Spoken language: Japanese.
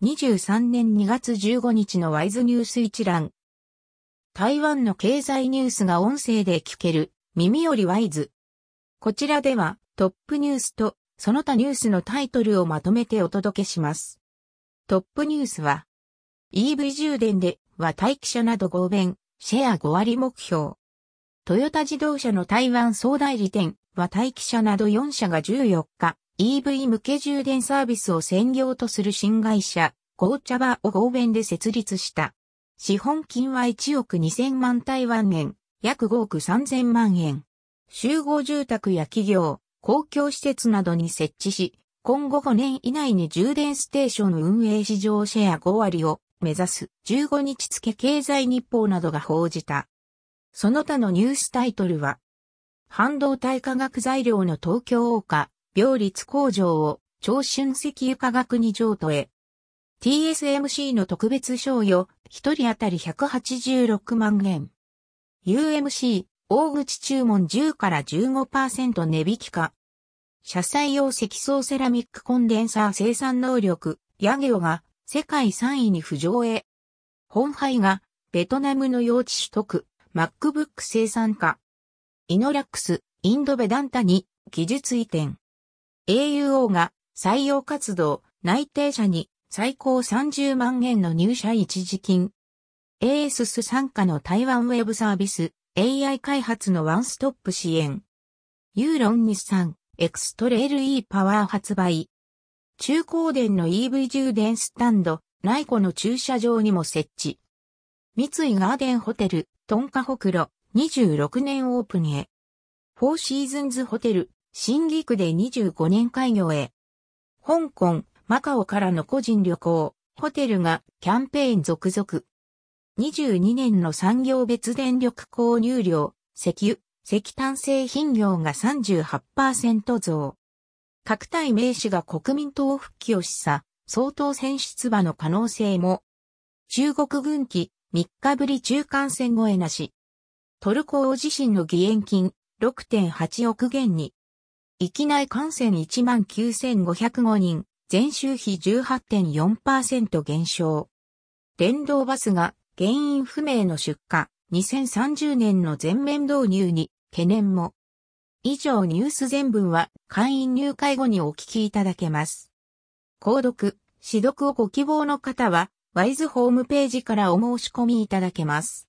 2023年2月15日のワイズニュース一覧。台湾の経済ニュースが音声で聞ける、耳よりワイズ。こちらではトップニュースとその他ニュースのタイトルをまとめてお届けします。トップニュースは、EV 充電では待機者など合弁、シェア5割目標。トヨタ自動車の台湾総代理店は待機者など4社が14日、EV 向け充電サービスを専業とする新会社、ゴーチャバを合弁で設立した。資本金は1億2000万台湾円、約5億3000万円。集合住宅や企業、公共施設などに設置し、今後5年以内に充電ステーション運営市場シェア5割を目指す15日付経済日報などが報じた。その他のニュースタイトルは、半導体化学材料の東京桜花、良率工場を長春石油化学に譲渡へ。TSMC の特別賞与、1人当たり186万円。UMC、大口注文10から 15% 値引きか。車載用積層セラミックコンデンサー生産能力、ヤゲオが世界3位に浮上へ。ホンハイがベトナムの用地取得、MacBook 生産化。イノラックス、インドベダンタに技術移転。AUO が採用活動、内定者に最高30万円の入社一時金。ASUS 傘下の台湾ウェブサービス、AI 開発のワンストップ支援。ユーロン日産、エクストレ LE パワー発売。中高電の EV 充電スタンド、内湖の駐車場にも設置。三井ガーデンホテル、トンカホクロ、26年オープンへ。フォーシーズンズホテル、新義区で25年開業へ。香港、マカオからの個人旅行、ホテルがキャンペーン続々。22年の産業別電力購入量、石油、石炭製品業が 38% 増。各対名士が国民党復帰を示唆、総統選出馬の可能性も。中国軍機、3日ぶり中間線越えなし。トルコ大地震の義援金、6.8 億元に。域内感染19,505人、前週比 18.4% 減少。電動バスが原因不明の出荷、2030年の全面導入に懸念も。以上ニュース全文は会員入会後にお聞きいただけます。購読、試読をご希望の方は、ワイズホームページからお申し込みいただけます。